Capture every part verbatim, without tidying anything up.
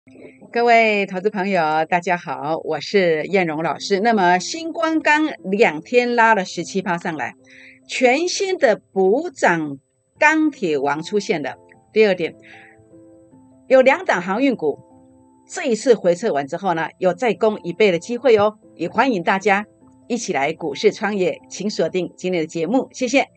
各位投资朋友，大家好，我是燕荣老师。那么新光钢两天拉了 百分之十七 上来，全新的补涨钢铁王出现了。第二点，有两档航运股这一次回撤完之后呢，有再攻一倍的机会哦，也欢迎大家一起来股市创业，请锁定今天的节目，谢谢。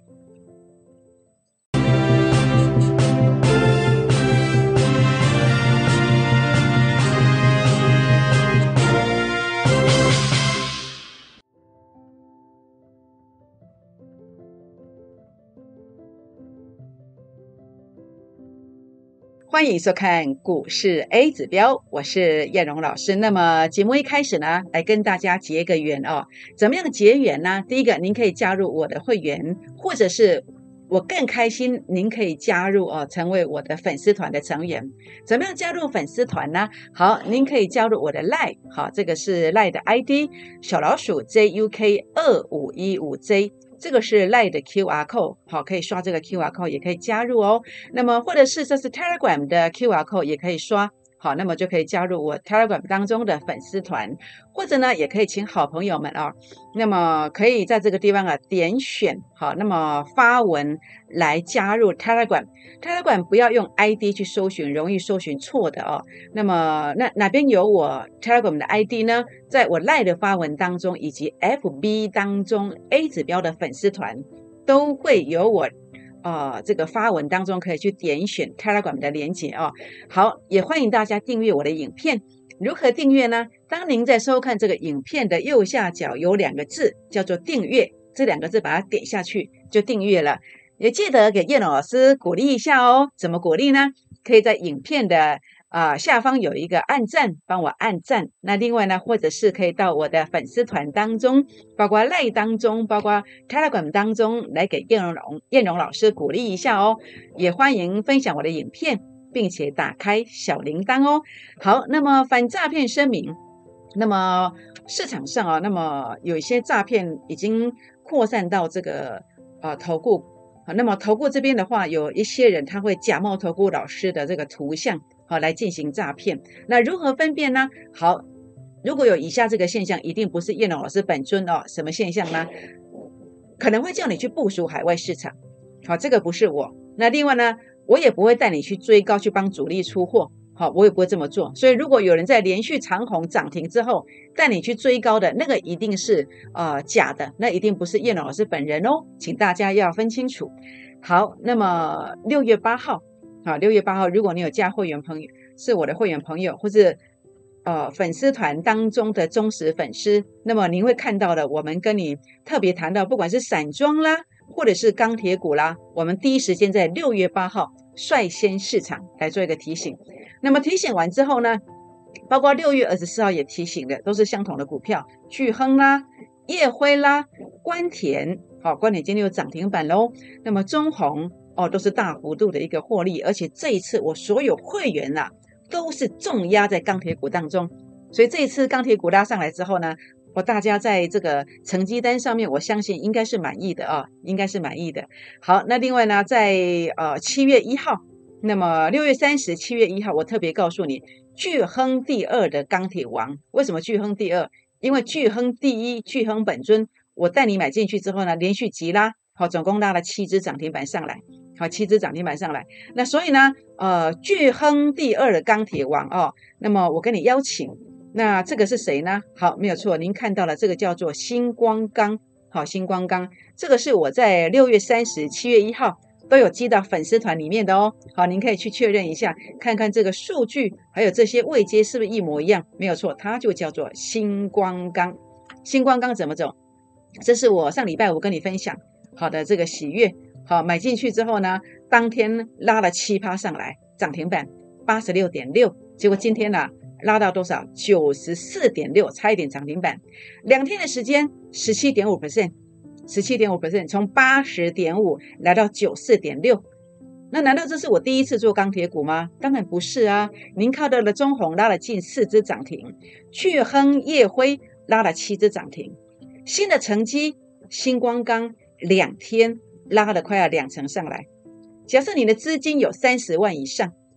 欢迎收看股市 A 指标，我是燕荣老师。那么节目一开始呢，来跟大家结个缘哦。怎么样结缘呢？第一个，您可以加入我的会员，或者是我更开心，您可以加入哦，成为我的粉丝团的成员。怎么样加入粉丝团呢？好，您可以加入我的 Line， 好，这个是 Line 的 I D 小老鼠 J U K 二五一五 J。这个是 Line 的 Q R code， 好，可以刷这个 Q R code， 也可以加入哦。那么或者是这是 Telegram 的 Q R code， 也可以刷，好，那么就可以加入我 Telegram 当中的粉丝团，或者呢，也可以请好朋友们啊、哦，那么可以在这个地方啊点选，好，那么发文来加入 Telegram。Telegram 不要用 I D 去搜寻，容易搜寻错的哦。那么那哪边有我 Telegram 的 I D 呢？在我 Line 的发文当中，以及 F B 当中 A 指标的粉丝团都会有我呃这个发文当中可以去点选 Telegram 的连结哦。好，也欢迎大家订阅我的影片。如何订阅呢？当您在收看这个影片的右下角有两个字叫做订阅，这两个字把它点下去就订阅了。也记得给燕老师鼓励一下哦。怎么鼓励呢？可以在影片的啊、呃、下方有一个按赞，帮我按赞。那另外呢，或者是可以到我的粉丝团当中，包括 Line 当中，包括 Telegram 当中来给燕荣燕荣老师鼓励一下哦。也欢迎分享我的影片，并且打开小铃铛哦。好，那么反诈骗声明。那么市场上啊，那么有一些诈骗已经扩散到这个呃投顾。好，那么投顾这边的话，有一些人他会假冒投顾老师的这个图像，好来进行诈骗。那如何分辨呢？好，如果有以下这个现象，一定不是燕龙老师本尊哦。什么现象呢？可能会叫你去部署海外市场，好，这个不是我。那另外呢，我也不会带你去追高去帮主力出货，好，我也不会这么做。所以如果有人在连续长红涨停之后带你去追高的那个，一定是呃假的，那一定不是燕龙老师本人哦，请大家要分清楚。好，那么六月八号，好，六月八号，如果你有加会员朋友，是我的会员朋友，或是呃粉丝团当中的忠实粉丝，那么您会看到的，我们跟你特别谈到，不管是散装啦，或者是钢铁股啦，我们第一时间在六月八号率先市场来做一个提醒。那么提醒完之后呢，包括六月二十四号也提醒的，都是相同的股票，巨亨啦、业辉啦、关田，好，关田今天有涨停板喽。那么中宏哦，都是大幅度的一个获利，而且这一次我所有会员啊都是重压在钢铁股当中，所以这一次钢铁股拉上来之后呢，我大家在这个成绩单上面，我相信应该是满意的啊，应该是满意的。好，那另外呢，在呃七月一号，那么六月三十、七月一号，我特别告诉你，巨亨第二的钢铁王，为什么巨亨第二？因为巨亨第一，巨亨本尊，我带你买进去之后呢，连续急拉，好，总共拉了七只涨停板上来，好，七只涨停板上来。那所以呢，呃，巨亨第二的钢铁王哦，那么我跟你邀请。那这个是谁呢？好，没有错，您看到了，这个叫做星光钢，好，星光钢，这个是我在六月三十、七月一号都有寄到粉丝团里面的哦。好，您可以去确认一下，看看这个数据，还有这些位阶是不是一模一样？没有错，它就叫做星光钢。星光钢怎么走？这是我上礼拜五跟你分享好的这个喜悦，好，买进去之后呢，当天拉了 百分之七 上来，涨停板 八十六点六， 结果今天呢、啊拉到多少 ？九十四点六， 差一点涨停板。两天的时间 百分之十七点五， 十七点五 从 八十点五 来到 九十四点六。那难道这是我第一次做钢铁股吗？当然不是啊。您看到了中宏拉了近四只涨停，巨亨、业辉拉了七只涨停，新的成绩星光钢两天拉了快要两成上来。假设你的资金有三十万以上，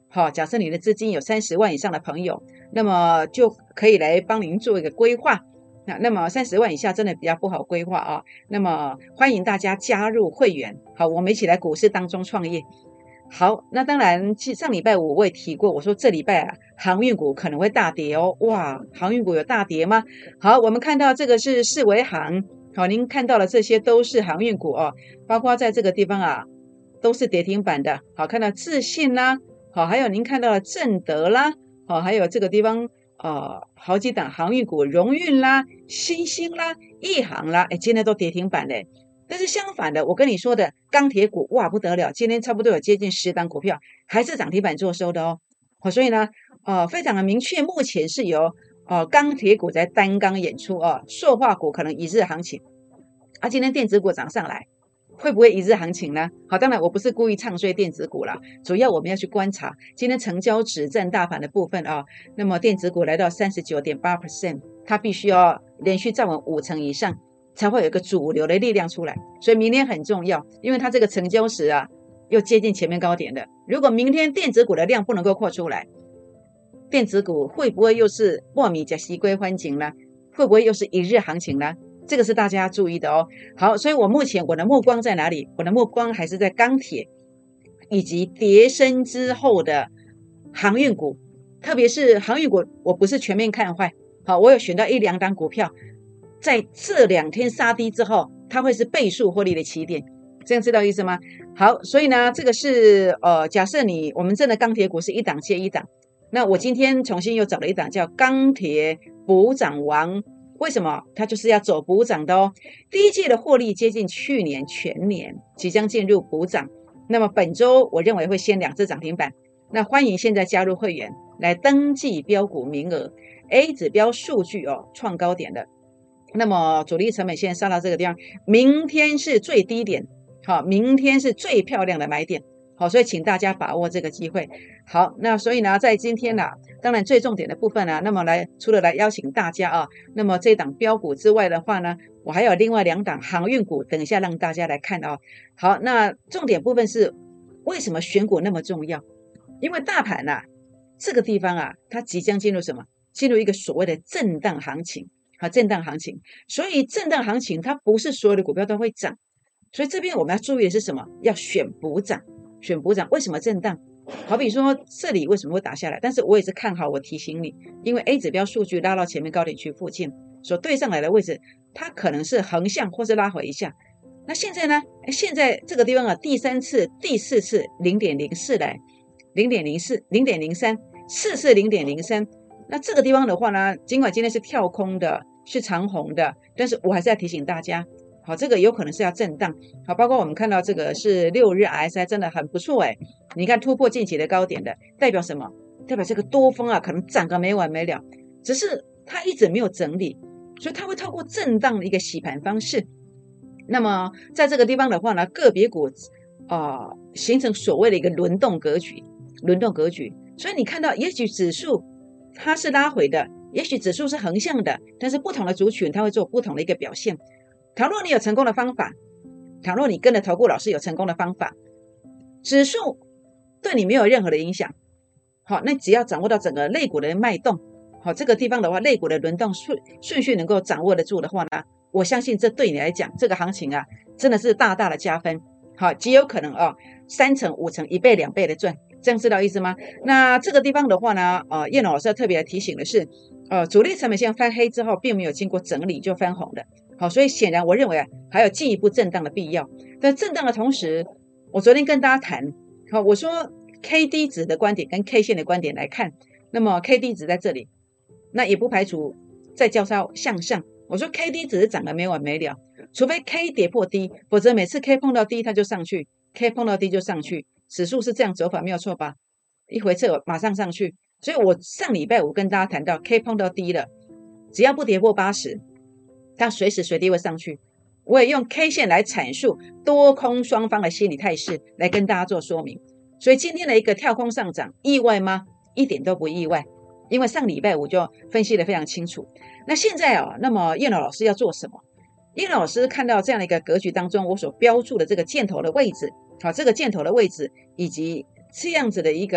好，假设你的资金有三十万以上的朋友，那么就可以来帮您做一个规划。那那么三十万以下真的比较不好规划啊。那么欢迎大家加入会员，好，我们一起来股市当中创业。好，那当然，上礼拜五我也提过，我说这礼拜啊，航运股可能会大跌哦。哇，航运股有大跌吗？好，我们看到这个是世维航，好，您看到了这些都是航运股哦，包括在这个地方啊，都是跌停板的。好，看到自信啦，好，还有您看到了正德啦，好，还有这个地方呃，好几档航运股，荣运啦、新兴啦、亿航啦，哎，今天都跌停板嘞。但是相反的，我跟你说的钢铁股，哇，不得了，今天差不多有接近十档股票还是涨停板做收的哦。好，所以呢，呃，非常的明确，目前是由呃钢铁股在单刚演出哦，塑化股可能一日行情，啊，今天电子股涨上来，会不会一日行情呢？好，当然我不是故意唱衰电子股啦，主要我们要去观察今天成交值占大盘的部分啊、哦。那么电子股来到 三十九点八 percent， 它必须要连续站稳五成以上，才会有一个主流的力量出来。所以明天很重要，因为它这个成交值啊又接近前面高点了。如果明天电子股的量不能够扩出来，电子股会不会又是莫名加西归欢景呢？会不会又是一日行情呢？这个是大家要注意的哦。好，所以我目前我的目光在哪里？我的目光还是在钢铁以及跌升之后的航运股，特别是航运股，我不是全面看坏。好，我有选到一两档股票，在这两天杀低之后，它会是倍数获利的起点，这样知道意思吗？好，所以呢，这个是呃，假设你我们真的钢铁股是一档接一档，那我今天重新又找了一档叫钢铁补涨王。为什么？它就是要走补涨的哦。第一季的获利接近去年全年，即将进入补涨。那么本周我认为会先两只涨停板。那欢迎现在加入会员来登记标股名额 ，A 指标数据哦创高点的。那么主力成本现在上到这个地方，明天是最低点，好，明天是最漂亮的买点。好，所以请大家把握这个机会。好，那所以呢，在今天呢、啊，当然最重点的部分呢、啊，那么来除了来邀请大家啊，那么这档标股之外的话呢，我还有另外两档航运股，等一下让大家来看啊。好，那重点部分是为什么选股那么重要？因为大盘啊，这个地方啊，它即将进入什么？进入一个所谓的震荡行情。好，震荡行情，所以震荡行情它不是所有的股票都会涨，所以这边我们要注意的是什么？要选补涨。选补涨，为什么震荡？好比说这里为什么会打下来？但是我也是看好，我提醒你，因为 A 指标数据拉到前面高点区附近，所对上来的位置，它可能是横向或是拉回一下。那现在呢？现在这个地方啊，第三次、第四次 零点零四 来 零点零四、零点零三，四次 零点零三。那这个地方的话呢，尽管今天是跳空的，是长红的，但是我还是要提醒大家。好，这个有可能是要震荡。好，包括我们看到这个是六日 R S I 真的很不错诶，你看突破近期的高点的，代表什么？代表这个多峰啊，可能涨个没完没了，只是它一直没有整理，所以它会透过震荡的一个洗盘方式。那么在这个地方的话呢，个别股啊、呃、形成所谓的一个轮动格局，轮动格局。所以你看到，也许指数它是拉回的，也许指数是横向的，但是不同的族群它会做不同的一个表现。倘若你有成功的方法，倘若你跟着投顾老师有成功的方法，指数对你没有任何的影响。好，那只要掌握到整个类股的脉动，好，这个地方的话，类股的轮动顺顺序能够掌握得住的话呢，我相信这对你来讲，这个行情啊，真的是大大的加分。好，极有可能啊、哦，三成、五成、一倍、两倍的赚，这样知道意思吗？那这个地方的话呢，呃，叶老师要特别提醒的是，呃，主力成本线翻黑之后，并没有经过整理就翻红的。好，所以显然我认为啊，还有进一步震荡的必要。在震荡的同时，我昨天跟大家谈，好，我说 K D 值的观点跟 K 线的观点来看，那么 K D 值在这里，那也不排除再交叉向上。我说 K D 值是涨得没完没了，除非 K 跌破低，否则每次 K 碰到低它就上去 ，K 碰到低就上去，指数是这样走法没有错吧？一回撤马上上去，所以我上礼拜五跟大家谈到 K 碰到低了，只要不跌破八十。它随时随地会上去，我也用 K 线来阐述多空双方的心理态势，来跟大家做说明。所以今天的一个跳空上涨，意外吗？一点都不意外，因为上礼拜我就分析得非常清楚。那现在哦，那么叶老师要做什么？叶老师看到这样的一个格局当中，我所标注的这个箭头的位置，好，这个箭头的位置以及这样子的一个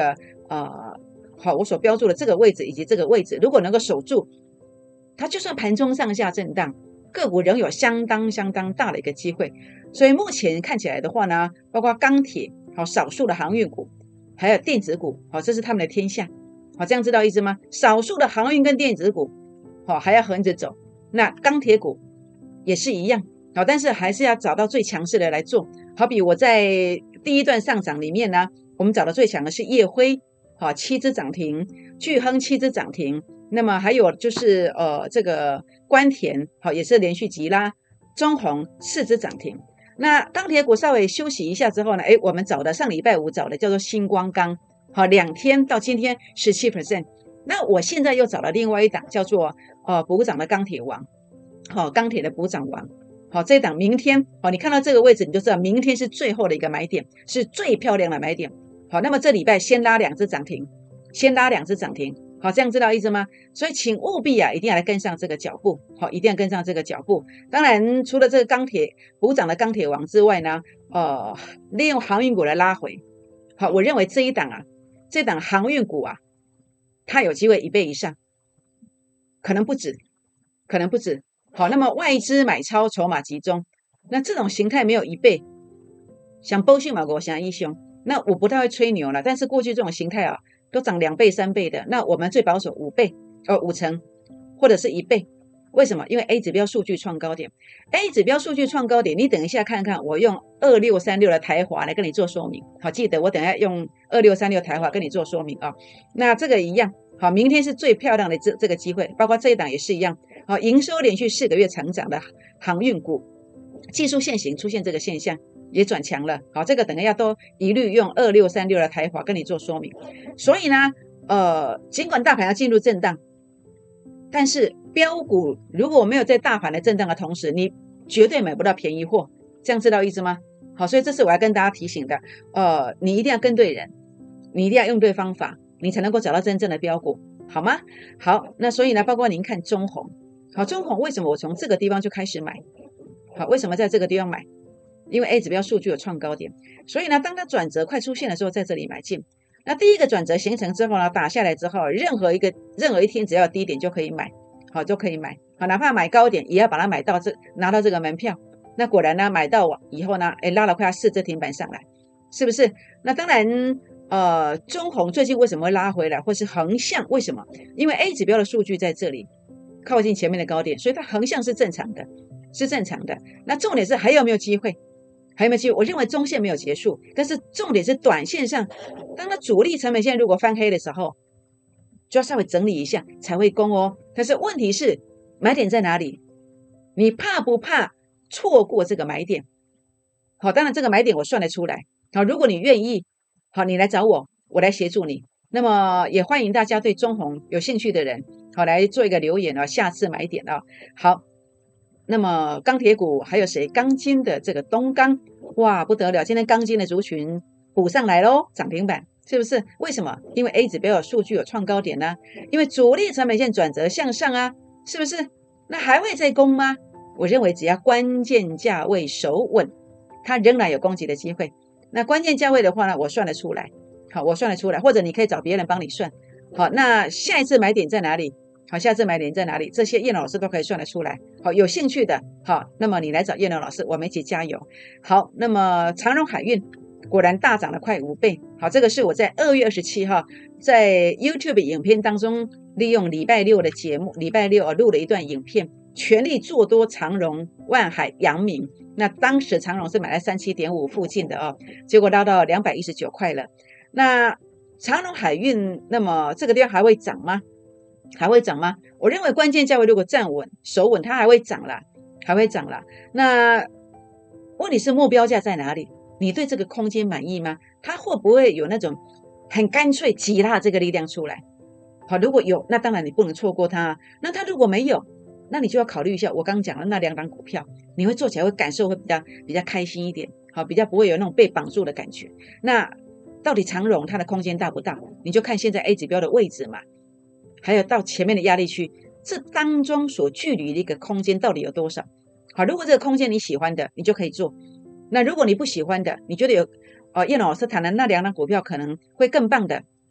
呃，好，我所标注的这个位置以及这个位置，如果能够守住，它就算盘中上下震荡，个股仍有相当相当大的一个机会。所以目前看起来的话呢，包括钢铁，好，少数的航运股，还有电子股，好，这是他们的天下。好，这样知道意思吗？少数的航运跟电子股，好，还要横着走。那钢铁股也是一样，好，但是还是要找到最强势的来做。好比我在第一段上涨里面呢，我们找的最强的是燁辉，好，七只涨停，巨亨七只涨停。那么还有就是呃这个关田，好，也是连续急拉，中鸿四只涨停。那钢铁股稍微休息一下之后呢，诶，我们找的上礼拜五找的叫做星光钢，好，两天到今天 百分之十七。 那我现在又找了另外一档叫做呃补涨的钢铁王，好，钢铁的补涨王，好，这一档明天，好，你看到这个位置你就知道明天是最后的一个买点，是最漂亮的买点。好，那么这礼拜先拉两只涨停，先拉两只涨停，好，这样知道意思吗？所以请务必啊，一定要来跟上这个脚步，好，一定要跟上这个脚步。当然，除了这个钢铁补涨的钢铁王之外呢，呃，利用航运股来拉回，好，我认为这一档啊，这档航运股啊，它有机会一倍以上，可能不止，可能不止。好，那么外资买超，筹码集中，那这种形态没有一倍，像波信马国像一雄，那我不太会吹牛了，但是过去这种形态啊，都涨两倍、三倍的，那我们最保守五倍，呃，五成或者是一倍。为什么？因为 A 指标数据创高点 ，A 指标数据创高点，你等一下看看，我用二六三六的台华来跟你做说明。好，记得我等一下用二六三六台华跟你做说明啊。那这个一样，好，明天是最漂亮的这这个机会，包括这一档也是一样。好，营收连续四个月成长的航运股，技术线型出现这个现象。也转强了，好，这个等一下都一律用二六三六的台华跟你做说明。所以呢，呃，尽管大盘要进入震荡，但是标股如果没有在大盘的震荡的同时，你绝对买不到便宜货，这样知道意思吗？好，所以这是我要跟大家提醒的，呃，你一定要跟对人，你一定要用对方法，你才能够找到真正的标股，好吗？好，那所以呢，包括您看中鸿，好，中鸿为什么我从这个地方就开始买？好，为什么在这个地方买？因为 A 指标数据有创高点，所以呢，当它转折快出现的时候，在这里买进。那第一个转折形成之后呢，打下来之后，任何一个任何一天只要低点就可以买，好，就可以买，好，哪怕买高点也要把它买到这，拿到这个门票。那果然呢，买到以后呢，哎，拉了快要四只停板上来，是不是？那当然，呃，中鸿最近为什么会拉回来，或是横向？为什么？因为 A 指标的数据在这里靠近前面的高点，所以它横向是正常的，是正常的。那重点是还有没有机会？还有没有机会？我认为中线没有结束，但是重点是短线上，当它主力成本线如果翻黑的时候，就要稍微整理一下才会攻哦。但是问题是买点在哪里？你怕不怕错过这个买点？好，当然这个买点我算得出来。好，如果你愿意，好，你来找我，我来协助你。那么也欢迎大家对中鸿有兴趣的人，好来做一个留言啊，下次买点啊。好。那么钢铁股还有谁？钢筋的这个东钢，哇，不得了！今天钢筋的族群补上来咯，涨停板，是不是？为什么？因为 A 指标有数据有创高点啊，因为主力成本线转折向上啊，是不是？那还会再攻吗？我认为只要关键价位守稳，它仍然有攻击的机会。那关键价位的话呢，我算得出来，好，我算得出来，或者你可以找别人帮你算。好，那下一次买点在哪里？好，下次买点在哪里？这些叶老师都可以算得出来。好，有兴趣的，好，那么你来找叶老师，我们一起加油。好，那么长荣海运果然大涨了快五倍。好，这个是我在二月二十七号在 YouTube 影片当中，利用礼拜六的节目，礼拜六录了一段影片，全力做多长荣、万海、阳明。那当时长荣是买在三十七点五附近的哦，结果拉到两百一十九块了。那长荣海运，那么这个地方还会涨吗？还会涨吗？我认为关键价位如果站稳、守稳，它还会涨啦，还会涨啦。那问题是目标价在哪里？你对这个空间满意吗？它会不会有那种很干脆急拉这个力量出来？好，如果有，那当然你不能错过它。那它如果没有，那你就要考虑一下我刚刚讲的那两档股票，你会做起来会感受会比较比较开心一点，好，比较不会有那种被绑住的感觉。那到底长荣它的空间大不大？你就看现在 A 指标的位置嘛。还有到前面的压力区，这当中所距离的一个空间到底有多少？好，如果这个空间你喜欢的，你就可以做。那如果你不喜欢的，你觉得有呃叶老师谈的那两档股票可能会更棒的，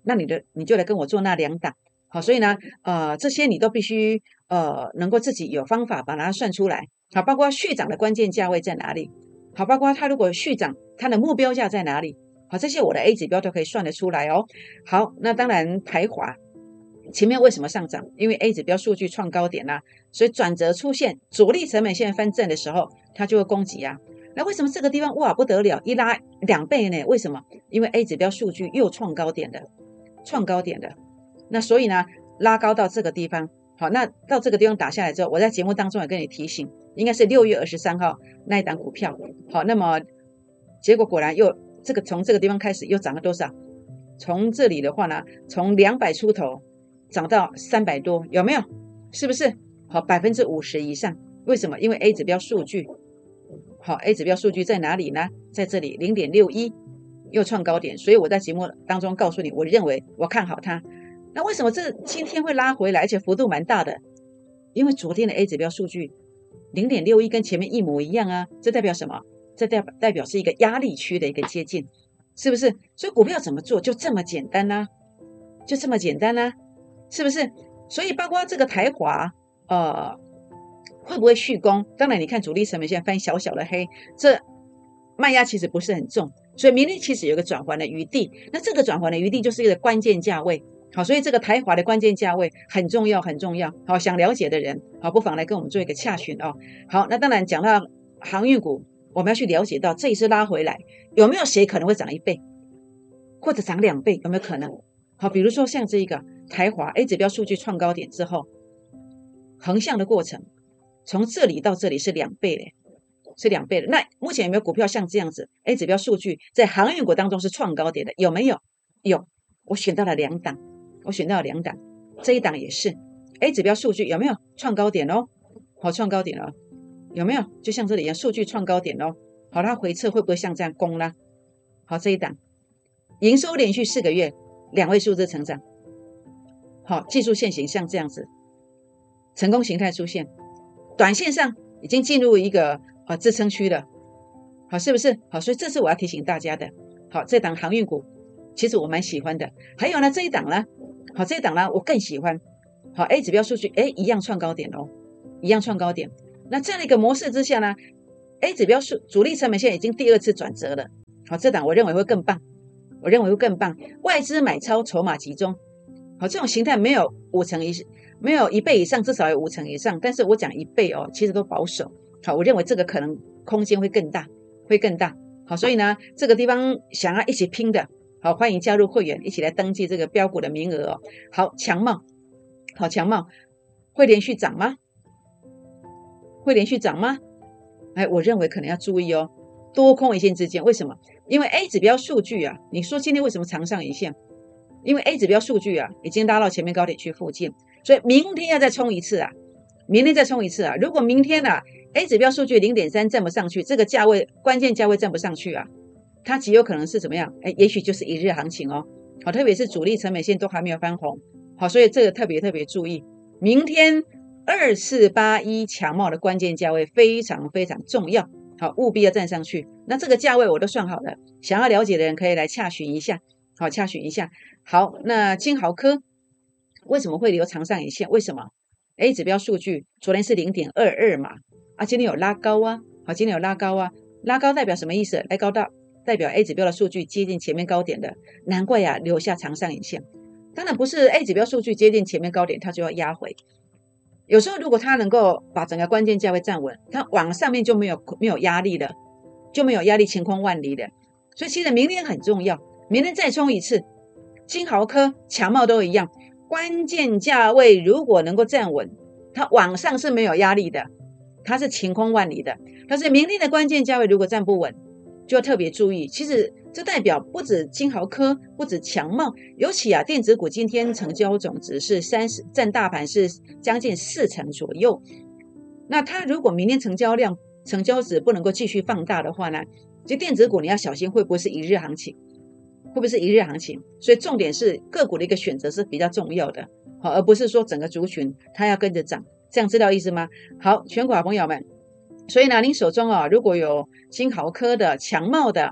那你的你就来跟我做那两档。好，所以呢，呃，这些你都必须呃能够自己有方法把它算出来。好，包括续涨的关键价位在哪里？好，包括它如果续涨，它的目标价在哪里？好，这些我的 A 指标都可以算得出来哦。好，那当然台华前面为什么上涨？因为 A 指标数据创高点啦、啊，所以转折出现，主力成本线翻正的时候，它就会攻击啊。那为什么这个地方哇不得了，一拉两倍呢？为什么？因为 A 指标数据又创高点的，创高点的。那所以呢，拉高到这个地方，好，那到这个地方打下来之后，我在节目当中也跟你提醒，应该是六月二十三号那一档股票，好，那么结果果然又这个从这个地方开始又涨了多少？从这里的话呢，从两百出头涨到三百多，有没有？是不是？好，百分之五十以上。为什么？因为 A 指标数据，好 ，A 指标数据在哪里呢？在这里零点六一又创高点，所以我在节目当中告诉你，我认为我看好它。那为什么这今天会拉回来，而且幅度蛮大的？因为昨天的 A 指标数据零点六一跟前面一模一样啊，这代表什么？这代表代表是一个压力区的一个接近，是不是？所以股票怎么做就这么简单啦、啊，就这么简单啦、啊，是不是？所以包括这个台华，呃，会不会续攻？当然，你看主力成本线翻小小的黑，这卖压其实不是很重，所以明天其实有个转圜的余地。那这个转圜的余地就是一个关键价位。好，所以这个台华的关键价位很重要，很重要。好，想了解的人，好，不妨来跟我们做一个洽询哦。好，那当然讲到航运股，我们要去了解到这一次拉回来，有没有谁可能会涨一倍，或者涨两倍，有没有可能？好，比如说像这个台华 A 指标数据创高点之后，横向的过程，从这里到这里是两倍嘞，是两倍的。那目前有没有股票像这样子 ？A 指标数据在航运股当中是创高点的，有没有？有，我选到了两档。我选到了两档，这一档也是 A 指标数据有没有创高点哦？好，创高点哦，有没有？就像这里一样，数据创高点哦。好，它回撤会不会像这样攻呢？好，这一档营收连续四个月两位数字成长，好，技术线型像这样子，成功形态出现，短线上已经进入一个啊支撑区了，好，是不是？好，所以这是我要提醒大家的。好，这档航运股其实我蛮喜欢的。还有呢，这一档呢？好，这一档呢，我更喜欢。好 ，A 指标数据，哎，一样创高点哦，一样创高点。那这样的一个模式之下呢 ，A 指标数主力成本线已经第二次转折了。好，这档我认为会更棒，我认为会更棒。外资买超，筹码集中。好，这种形态没有五成以没有一倍以上，至少有五成以上。但是我讲一倍哦，其实都保守。好，我认为这个可能空间会更大，会更大。好，所以呢，这个地方想要一起拼的。好，欢迎加入会员，一起来登记这个标股的名额哦。好，强茂，好强茂会连续涨吗？会连续涨吗？哎，我认为可能要注意哦，多空一线之间，为什么？因为 A 指标数据啊，你说今天为什么长上影线？因为 A 指标数据啊，已经拉到前面高点区附近，所以明天要再冲一次啊，明天再冲一次啊。如果明天啊 A 指标数据 零点三 站不上去，这个价位关键价位站不上去啊。它极有可能是怎么样？哎，也许就是一日行情哦。好，特别是主力成本线都还没有翻红，好，所以这个特别特别注意。明天二四八一强茂的关键价位非常非常重要，好，务必要站上去。那这个价位我都算好了，想要了解的人可以来洽询一下，好，洽询一下。好，那金豪科为什么会留长上影线？为什么 ？A 指标数据昨天是 零点二二 嘛，啊，今天有拉高啊，好，今天有拉高啊，拉高代表什么意思？来高到。代表 A 指标的数据接近前面高点的，难怪呀、啊、留下长上影线。当然不是 A 指标数据接近前面高点，它就要压回。有时候如果它能够把整个关键价位站稳，它往上面就没有没有压力了，就没有压力，晴空万里的。所以其实明天很重要，明天再冲一次，金豪科、强茂都一样，关键价位如果能够站稳，它往上是没有压力的，它是晴空万里的。但是明天的关键价位如果站不稳，就要特别注意，其实这代表不止金豪科，不止强茂，尤其啊电子股今天成交总值是三十，占大盘是将近四成左右。那它如果明天成交量、成交值不能够继续放大的话呢，其实电子股你要小心会不会是一日行情，会不会是一日行情？所以重点是个股的一个选择是比较重要的，好，而不是说整个族群它要跟着涨，这样知道意思吗？好，全国好朋友们。所以呢，您手中啊，如果有金豪科的、强茂的，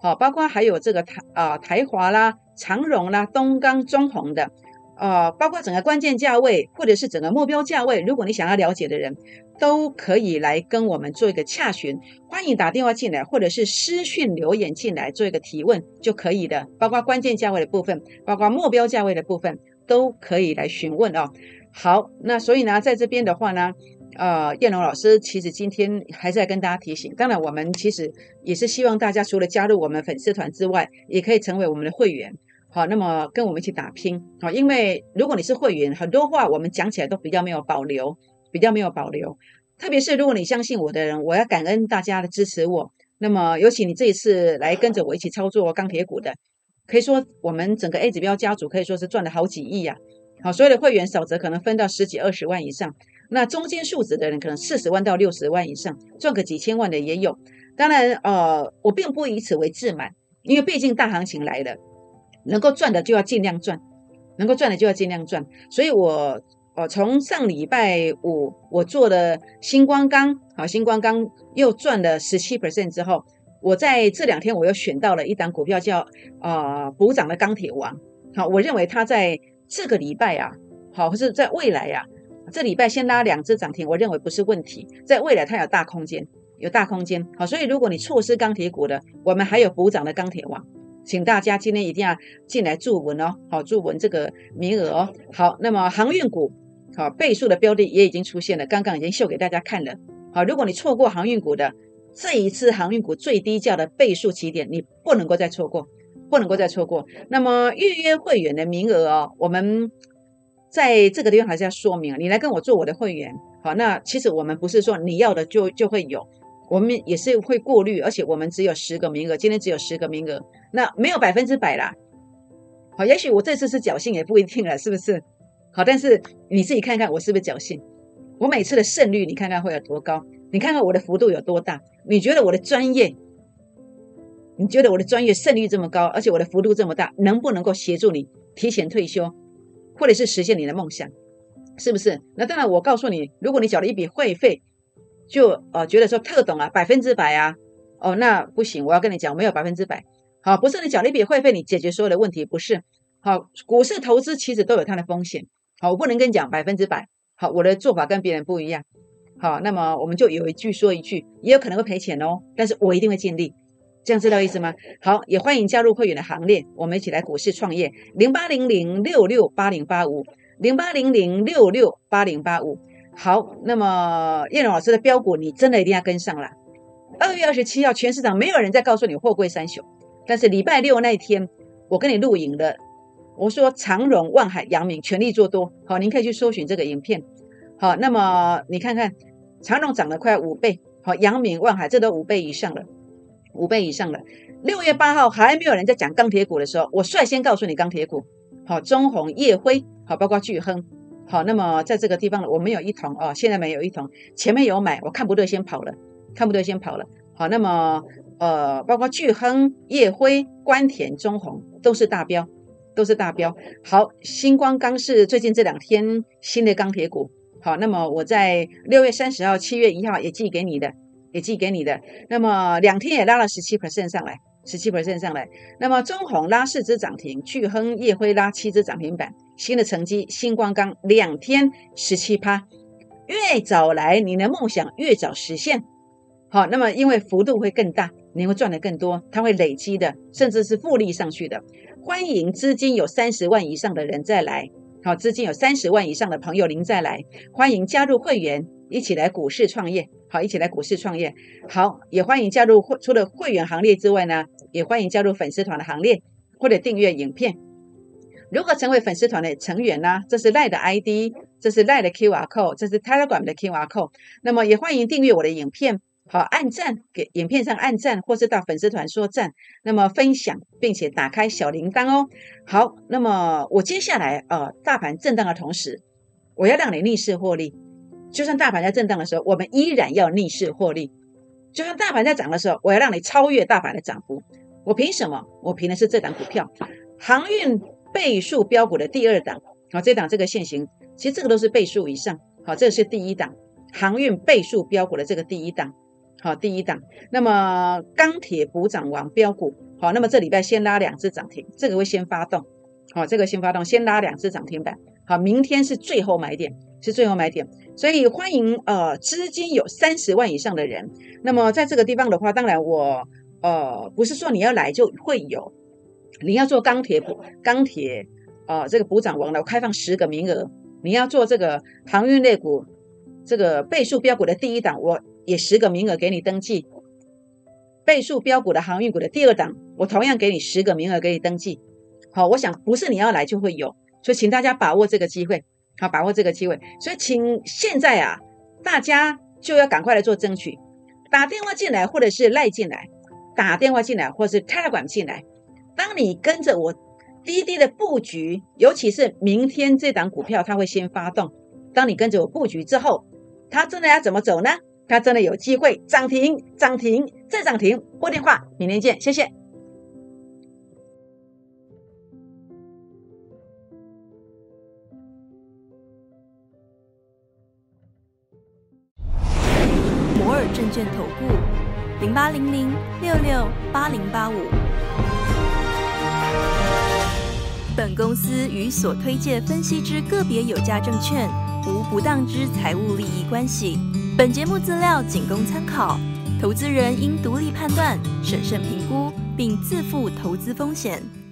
好，包括还有这个台啊、台华啦、长荣啦、东钢、中鸿的。呃，包括整个关键价位或者是整个目标价位，如果你想要了解的人，都可以来跟我们做一个洽询，欢迎打电话进来，或者是私讯留言进来做一个提问就可以的。包括关键价位的部分，包括目标价位的部分，都可以来询问哦。好，那所以呢，在这边的话呢，呃，燕龙老师其实今天还是在跟大家提醒，当然我们其实也是希望大家除了加入我们粉丝团之外，也可以成为我们的会员。好，那么跟我们一起打拼。好，因为如果你是会员，很多话我们讲起来都比较没有保留，比较没有保留。特别是如果你相信我的人，我要感恩大家的支持我。那么尤其你这一次来跟着我一起操作钢铁股的，可以说我们整个 A 指标家族可以说是赚了好几亿呀、啊。好，所有的会员少则可能分到十几二十万以上，那中间数值的人可能四十万到六十万以上，赚个几千万的也有。当然，呃，我并不以此为自满，因为毕竟大行情来了。能够赚的就要尽量赚，能够赚的就要尽量赚。所以我呃从上礼拜五我做了星光钢，好，星光钢又赚了 百分之十七 之后，我在这两天我又选到了一档股票叫呃补涨的钢铁王。好，我认为它在这个礼拜啊，好，或是在未来啊，这礼拜先拉两只涨停，我认为不是问题，在未来它有大空间，有大空间。好，所以如果你错失钢铁股的，我们还有补涨的钢铁王。请大家今天一定要进来注文哦，好，注文这个名额哦。好，那么航运股，好，倍数的标的也已经出现了，刚刚已经秀给大家看了。好，如果你错过航运股的，这一次航运股最低价的倍数起点，你不能够再错过，不能够再错过。那么预约会员的名额哦，我们在这个地方还是要说明，你来跟我做我的会员，好，那其实我们不是说你要的就就会有。我们也是会过滤，而且我们只有十个名额，今天只有十个名额，那没有百分之百啦。好，也许我这次是侥幸，也不一定了，是不是？好，但是你自己看看我是不是侥幸？我每次的胜率，你看看会有多高？你看看我的幅度有多大？你觉得我的专业？你觉得我的专业胜率这么高，而且我的幅度这么大，能不能够协助你提前退休，或者是实现你的梦想？是不是？那当然，我告诉你，如果你缴了一笔会费，就呃觉得说特懂啊，百分之百啊，哦那不行，我要跟你讲，没有百分之百。好，不是你缴了一笔会费，你解决所有的问题，不是。好，股市投资其实都有它的风险。好，我不能跟你讲百分之百。好，我的做法跟别人不一样。好，那么我们就有一句说一句，也有可能会赔钱哦，但是我一定会尽力。这样知道意思吗？好，也欢迎加入会员的行列，我们一起来股市创业。零八零零六六八零八五，零八零零六六八零八五。好，那么燕荣老师的标股，你真的一定要跟上了。二月二十七号，全市场没有人再告诉你货柜三雄，但是礼拜六那一天，我跟你录影了，我说长荣、万海、阳明全力做多。好，您可以去搜寻这个影片。好，那么你看看，长荣涨了快五倍，好，阳明、万海这都五倍以上了，五倍以上了。六月八号还没有人在讲钢铁股的时候，我率先告诉你钢铁股，好，中鸿、燁辉，好，包括巨亨。好，那么在这个地方我们有一桶哦，现在没有一桶，前面有买，我看不对先跑了，看不对先跑了。好，那么呃，包括巨亨、燁辉、关田、中鸿都是大标，都是大标。好，星光钢是最近这两天新的钢铁股。好，那么我在六月三十号、七月一号也寄给你的，也寄给你的。那么两天也拉了 百分之十七 上来。百分之十七 上来，那么中鸿拉四只涨停，巨亨、燁辉拉七只涨停板，新的成绩，星光钢两天 百分之十七， 越早来你的梦想越早实现。好，那么因为幅度会更大，你会赚得更多，它会累积的，甚至是复利上去的。欢迎资金有三十万以上的人再来，好，资金有三十万以上的朋友您再来，欢迎加入会员，一起来股市创业。好，一起来股市创业。好，也欢迎加入除了会员行列之外呢，也欢迎加入粉丝团的行列，或者订阅影片。如何成为粉丝团的成员呢？这是 LINE 的 I D， 这是 LINE 的 Q R code， 这是 Telegram 的 Q R code。那么也欢迎订阅我的影片，好，按赞，给影片上按赞，或是到粉丝团说赞，那么分享，并且打开小铃铛哦。好，那么我接下来呃，大盘震荡的同时，我要让你逆势获利。就算大盘在震荡的时候，我们依然要逆势获利。就算大盘在涨的时候，我要让你超越大盘的涨幅。我凭什么？我凭的是这档股票，航运倍数标股的第二档。好，这档这个现行，其实这个都是倍数以上。好，这个是第一档，航运倍数标股的这个第一档。 好，第一档。那么钢铁补涨王标股，好，那么这礼拜先拉两只涨停，这个会先发动，好，这个先发动，先拉两只涨停板，好，明天是最后买点，是最后买点，所以欢迎呃资金有三十万以上的人。那么在这个地方的话，当然我呃不是说你要来就会有，你要做钢铁补钢铁呃这个补涨王的，我开放十个名额，你要做这个航运类股这个倍数标股的第一档，我也十个名额给你登记。倍数标股的航运股的第二档，我同样给你十个名额给你登记。好，我想不是你要来就会有，所以请大家把握这个机会，好，把握这个机会。所以请现在啊，大家就要赶快来做争取，打电话进来或者是赖进来，打电话进来或者是 Telegram 进来。当你跟着我滴滴的布局，尤其是明天这档股票它会先发动，当你跟着我布局之后，它真的要怎么走呢？它真的有机会涨停、涨停再涨停。拨电话，明天见，谢谢。 摩尔证券投顾零八零零六六八零八五。本公司与所推介分析之个别有价证券无不当之财务利益关系。本节目资料仅供参考，投资人应独立判断、审慎评估，并自负投资风险。